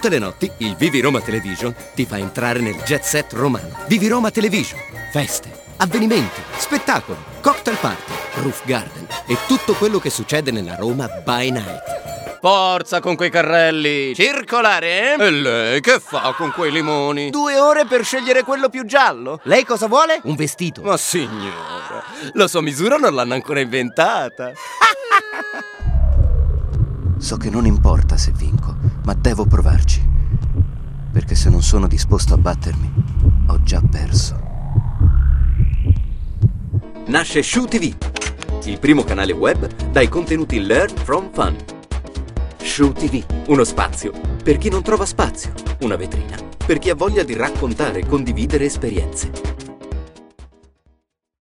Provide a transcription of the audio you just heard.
Tutte le notti il Vivi Roma Television ti fa entrare nel jet set romano. Vivi Roma Television. Feste, avvenimenti, spettacoli, cocktail party, roof garden e tutto quello che succede nella Roma by night. Forza con quei carrelli! Circolare, eh? E lei che fa con quei limoni? 2 ore per scegliere quello più giallo? Lei cosa vuole? Un vestito. Ma signora, la sua misura non l'hanno ancora inventata. So che non importa se vinco, ma devo provarci. Perché se non sono disposto a battermi, ho già perso. Nasce Shu TV, il primo canale web dai contenuti Learn from Fun. Shu TV, uno spazio per chi non trova spazio, una vetrina per chi ha voglia di raccontare e condividere esperienze.